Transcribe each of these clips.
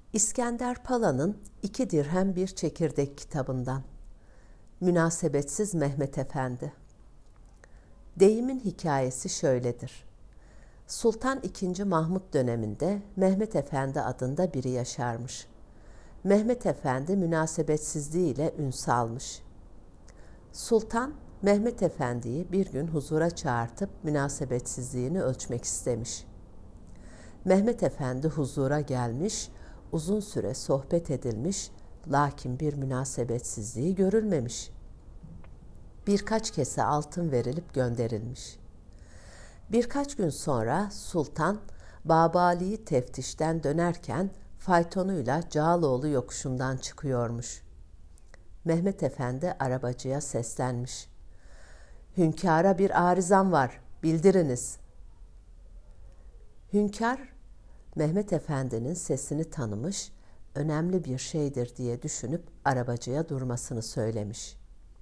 İskender Pala'nın 2 dirhem bir çekirdek kitabından. Münasebetsiz Mehmet Efendi. Deyimin hikayesi şöyledir. Sultan II. Mahmud döneminde Mehmet Efendi adında biri yaşarmış. Mehmet Efendi münasebetsizliğiyle ün salmış. Sultan Mehmet Efendi'yi bir gün huzura çağırtıp münasebetsizliğini ölçmek istemiş. Mehmet Efendi huzura gelmiş, uzun süre sohbet edilmiş, lakin bir münasebetsizliği görülmemiş. Birkaç kese altın verilip gönderilmiş. Birkaç gün sonra Sultan, Babali'yi teftişten dönerken faytonuyla Cağaloğlu yokuşundan çıkıyormuş. Mehmet Efendi arabacıya seslenmiş. "Hünkâra bir arızam var, bildiriniz." Hünkâr, Mehmet Efendi'nin sesini tanımış, önemli bir şeydir diye düşünüp arabacıya durmasını söylemiş.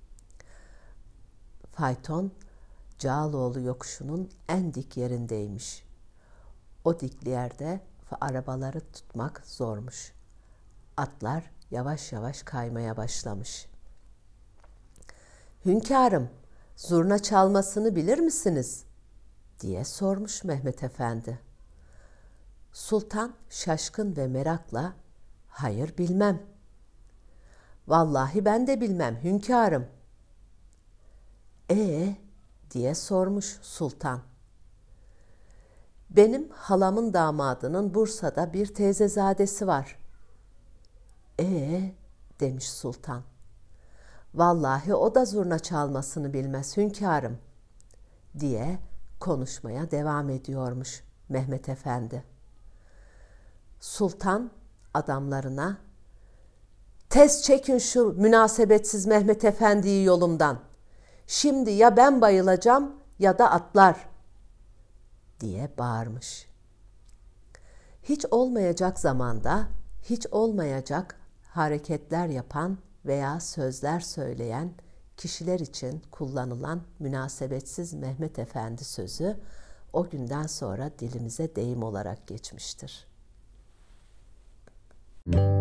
Fayton, Cağaloğlu yokuşunun en dik yerindeymiş. O dikli yerde arabaları tutmak zormuş. Atlar yavaş yavaş kaymaya başlamış. "Hünkârım, zurna çalmasını bilir misiniz?" diye sormuş Mehmet Efendi. Sultan şaşkın ve merakla, "Hayır, bilmem." "Vallahi ben de bilmem hünkârım." Diye sormuş sultan. "Benim halamın damadının Bursa'da bir teyzezadesi var." Demiş sultan. "Vallahi o da zurna çalmasını bilmez hünkârım." diye konuşmaya devam ediyormuş Mehmet Efendi. Sultan adamlarına, "Tez çekin şu münasebetsiz Mehmet Efendi'yi yolumdan. Şimdi ya ben bayılacağım ya da atlar," diye bağırmış. Hiç olmayacak zamanda, hiç olmayacak hareketler yapan veya sözler söyleyen kişiler için kullanılan münasebetsiz Mehmet Efendi sözü o günden sonra dilimize deyim olarak geçmiştir.